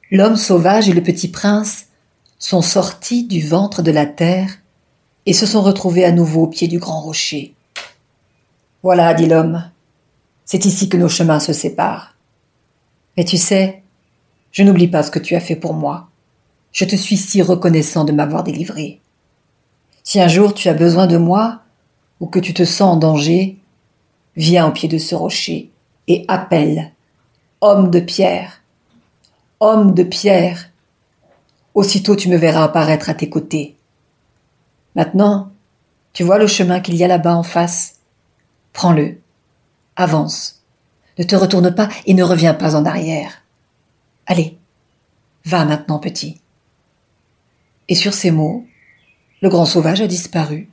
L'homme sauvage et le petit prince sont sortis du ventre de la terre et se sont retrouvés à nouveau au pied du grand rocher. « Voilà, dit l'homme, c'est ici que nos chemins se séparent. Mais tu sais, je n'oublie pas ce que tu as fait pour moi. Je te suis si reconnaissant de m'avoir délivré. Si un jour tu as besoin de moi ou que tu te sens en danger, viens au pied de ce rocher et appelle « Homme de pierre, homme de pierre !» Aussitôt tu me verras apparaître à tes côtés. Maintenant, tu vois le chemin qu'il y a là-bas en face? Prends-le, avance, ne te retourne pas et ne reviens pas en arrière. Allez, va maintenant, petit. Et sur ces mots, le grand sauvage a disparu.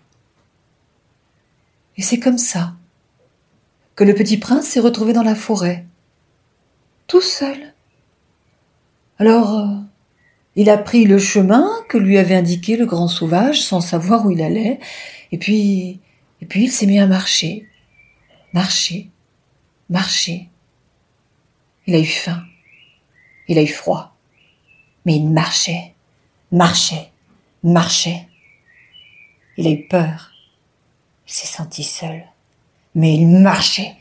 Et c'est comme ça que le petit prince s'est retrouvé dans la forêt, tout seul. Alors, il a pris le chemin que lui avait indiqué le grand sauvage sans savoir où il allait, et puis il s'est mis à marcher. Marcher. Il a eu faim, il a eu froid, mais il marchait. Il a eu peur, il s'est senti seul, mais il marchait.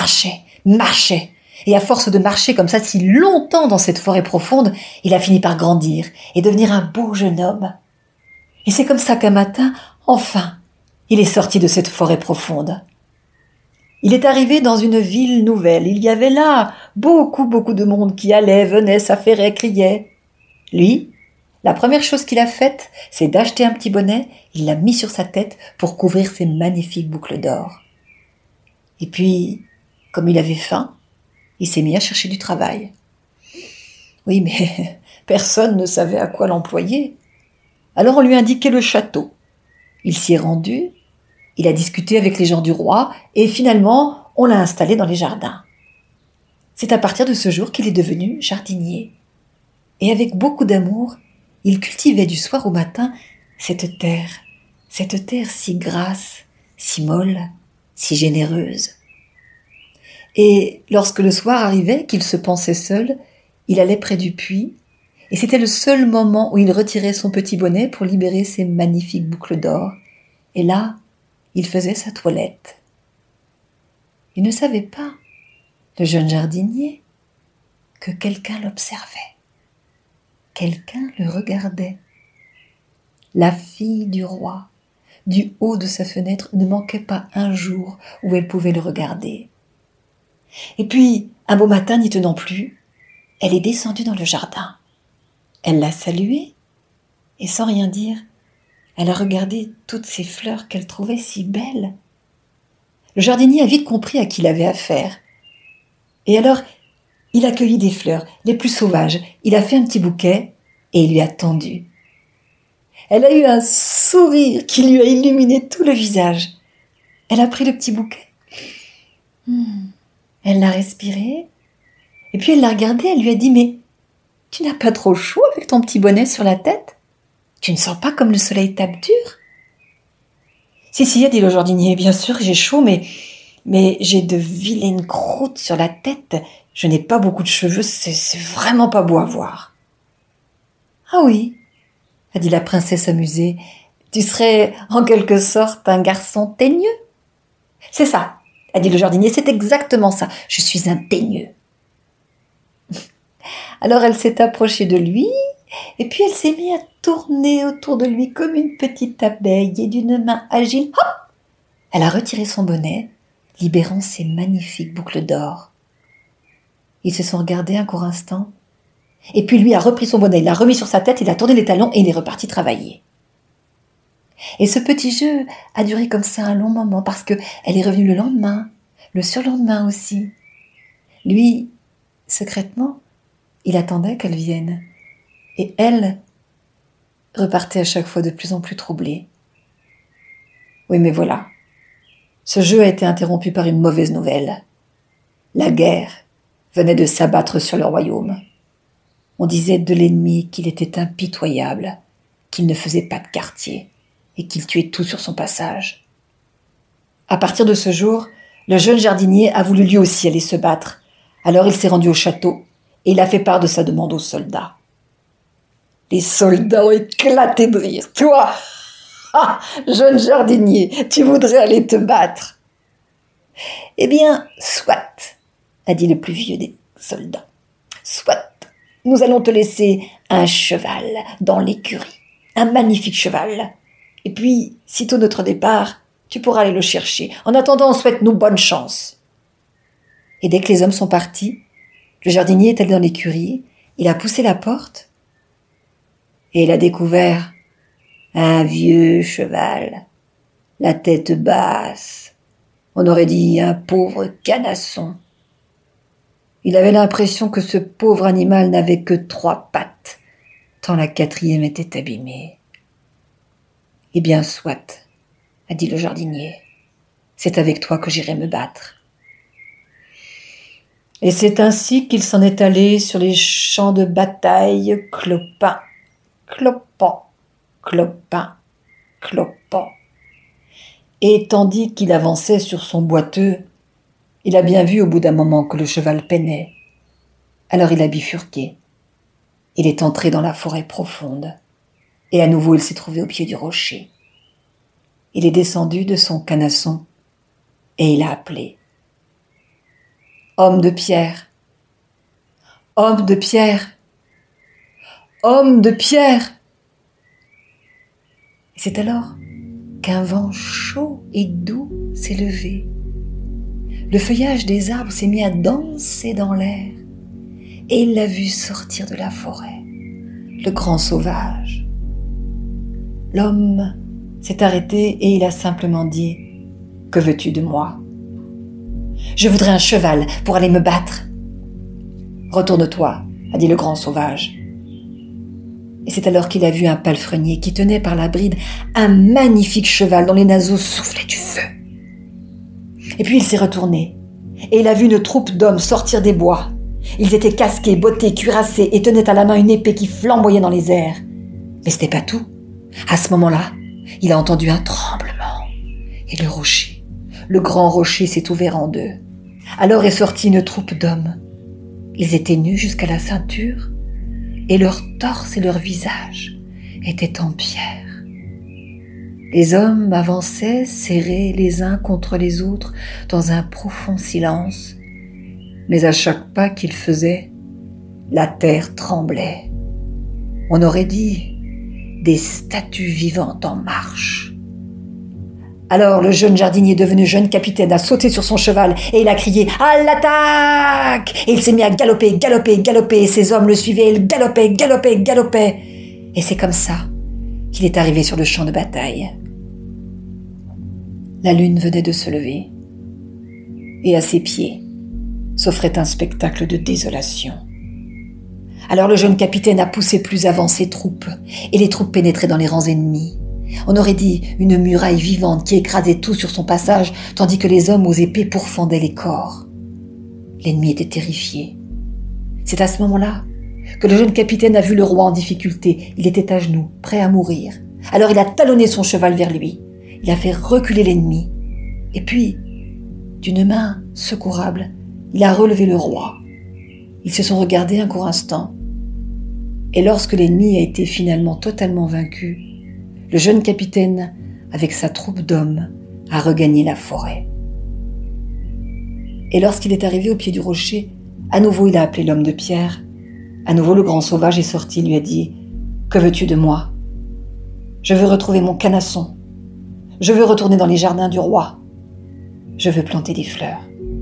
Et à force de marcher comme ça si longtemps dans cette forêt profonde, il a fini par grandir et devenir un beau jeune homme. Et c'est comme ça qu'un matin, enfin, il est sorti de cette forêt profonde. Il est arrivé dans une ville nouvelle. Il y avait là beaucoup de monde qui allait, venait, s'affairait, criait. Lui, la première chose qu'il a faite, c'est d'acheter un petit bonnet. Il l'a mis sur sa tête pour couvrir ses magnifiques boucles d'or. Et puis, comme il avait faim, il s'est mis à chercher du travail. Oui, mais personne ne savait à quoi l'employer. Alors on lui a indiqué le château. Il s'y est rendu, il a discuté avec les gens du roi et finalement, on l'a installé dans les jardins. C'est à partir de ce jour qu'il est devenu jardinier. Et avec beaucoup d'amour, il cultivait du soir au matin cette terre si grasse, si molle, si généreuse. Et lorsque le soir arrivait, qu'il se pensait seul, il allait près du puits, et c'était le seul moment où il retirait son petit bonnet pour libérer ses magnifiques boucles d'or. Et là, il faisait sa toilette. Il ne savait pas, le jeune jardinier, que quelqu'un l'observait. Quelqu'un le regardait. La fille du roi, du haut de sa fenêtre, ne manquait pas un jour où elle pouvait le regarder. Et puis, un beau matin n'y tenant plus, elle est descendue dans le jardin. Elle l'a salué, et sans rien dire, elle a regardé toutes ces fleurs qu'elle trouvait si belles. Le jardinier a vite compris à qui il avait affaire. Et alors, il a cueilli des fleurs, les plus sauvages. Il a fait un petit bouquet et il lui a tendu. Elle a eu un sourire qui lui a illuminé tout le visage. Elle a pris le petit bouquet. Elle l'a respiré. Et puis elle l'a regardé, elle lui a dit « Mais tu n'as pas trop chaud avec ton petit bonnet sur la tête? Tu ne sens pas comme le soleil tape dur ?» « Si, a dit le jardinier, bien sûr j'ai chaud, mais j'ai de vilaines croûtes sur la tête. Je n'ai pas beaucoup de cheveux, c'est vraiment pas beau à voir. » « Ah oui, a dit la princesse amusée, tu serais en quelque sorte un garçon teigneux. »« C'est ça, a dit le jardinier, c'est exactement ça, je suis un teigneux. » Alors elle s'est approchée de lui, et puis elle s'est mise à tourner autour de lui comme une petite abeille, et d'une main agile, hop, elle a retiré son bonnet, libérant ses magnifiques boucles d'or. Ils se sont regardés un court instant, et puis lui a repris son bonnet, il l'a remis sur sa tête, il a tourné les talons et il est reparti travailler. Et ce petit jeu a duré comme ça un long moment, parce qu'elle est revenue le lendemain, le surlendemain aussi. Lui, secrètement, il attendait qu'elle vienne. Et elle repartait à chaque fois de plus en plus troublée. Oui, mais voilà. Ce jeu a été interrompu par une mauvaise nouvelle. La guerre venait de s'abattre sur le royaume. On disait de l'ennemi qu'il était impitoyable, qu'il ne faisait pas de quartier et qu'il tuait tout sur son passage. À partir de ce jour, le jeune jardinier a voulu lui aussi aller se battre. Alors il s'est rendu au château et il a fait part de sa demande aux soldats. Les soldats ont éclaté de rire. Toi, jeune jardinier, tu voudrais aller te battre. Eh bien, soit, a dit le plus vieux des soldats. Soit, nous allons te laisser un cheval dans l'écurie, un magnifique cheval. Et puis, sitôt notre départ, tu pourras aller le chercher. En attendant, souhaite-nous bonne chance. Et dès que les hommes sont partis, le jardinier est allé dans l'écurie, il a poussé la porte, et il a découvert un vieux cheval, la tête basse, on aurait dit un pauvre canasson. Il avait l'impression que ce pauvre animal n'avait que 3 pattes, tant la 4e était abîmée. Eh bien, soit, a dit le jardinier, c'est avec toi que j'irai me battre. Et c'est ainsi qu'il s'en est allé sur les champs de bataille, clopin, clopant, clopin, clopant. Et tandis qu'il avançait sur son boiteux, il a bien vu au bout d'un moment que le cheval peinait. Alors il a bifurqué. Il est entré dans la forêt profonde. Et à nouveau il s'est trouvé au pied du rocher. Il est descendu de son canasson et il a appelé. Homme de pierre, homme de pierre, homme de pierre. Et c'est alors qu'un vent chaud et doux s'est levé. Le feuillage des arbres s'est mis à danser dans l'air et il l'a vu sortir de la forêt, le grand sauvage. L'homme s'est arrêté et il a simplement dit « Que veux-tu de moi ? Je voudrais un cheval pour aller me battre. »« Retourne-toi, » a dit le grand sauvage. Et c'est alors qu'il a vu un palefrenier qui tenait par la bride un magnifique cheval dont les naseaux soufflaient du feu. Et puis il s'est retourné et il a vu une troupe d'hommes sortir des bois. Ils étaient casqués, bottés, cuirassés et tenaient à la main une épée qui flamboyait dans les airs. Mais ce n'était pas tout. À ce moment-là, il a entendu un tremblement et le rocher, le grand rocher s'est ouvert en deux. Alors est sortie une troupe d'hommes. Ils étaient nus jusqu'à la ceinture et leur torse et leur visage étaient en pierre. Les hommes avançaient serrés les uns contre les autres dans un profond silence, mais à chaque pas qu'ils faisaient, la terre tremblait. On aurait dit des statues vivantes en marche. Alors le jeune jardinier devenu jeune capitaine a sauté sur son cheval et il a crié « À l'attaque !» Et il s'est mis à galoper, galoper, galoper, et ses hommes le suivaient, il galopait, galopait, galopait. Et c'est comme ça qu'il est arrivé sur le champ de bataille. La lune venait de se lever et à ses pieds s'offrait un spectacle de désolation. Alors le jeune capitaine a poussé plus avant ses troupes et les troupes pénétraient dans les rangs ennemis. On aurait dit une muraille vivante qui écrasait tout sur son passage tandis que les hommes aux épées pourfendaient les corps. L'ennemi était terrifié. C'est à ce moment-là que le jeune capitaine a vu le roi en difficulté. Il était à genoux, prêt à mourir. Alors il a talonné son cheval vers lui. Il a fait reculer l'ennemi. Et puis, d'une main secourable, il a relevé le roi. Ils se sont regardés un court instant. Et lorsque l'ennemi a été finalement totalement vaincu, le jeune capitaine, avec sa troupe d'hommes, a regagné la forêt. Et lorsqu'il est arrivé au pied du rocher, à nouveau il a appelé l'homme de pierre. À nouveau le grand sauvage est sorti, lui a dit « Que veux-tu de moi ? Je veux retrouver mon canasson. Je veux retourner dans les jardins du roi. Je veux planter des fleurs. »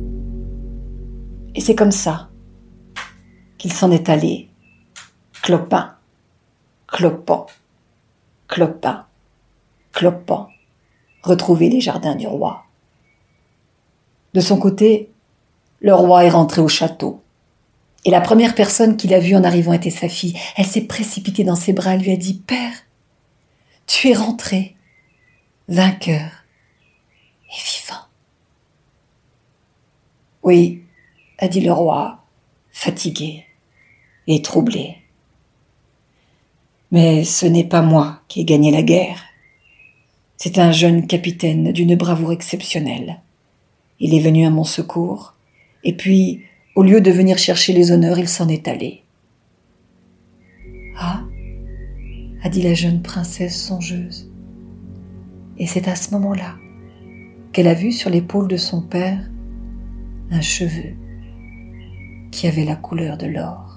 Et c'est comme ça qu'il s'en est allé, clopin, clopant, clopin, clopant, retrouver les jardins du roi. De son côté, le roi est rentré au château. Et la première personne qu'il a vue en arrivant était sa fille. Elle s'est précipitée dans ses bras et lui a dit « Père, tu es rentré, vainqueur et vivant. » « Oui, » a dit le roi, fatigué et troublé. « Mais ce n'est pas moi qui ai gagné la guerre. C'est un jeune capitaine d'une bravoure exceptionnelle. Il est venu à mon secours, et puis, au lieu de venir chercher les honneurs, il s'en est allé. »« Ah, a dit la jeune princesse songeuse. Et c'est à ce moment-là qu'elle a vu sur l'épaule de son père un cheveu qui avait la couleur de l'or.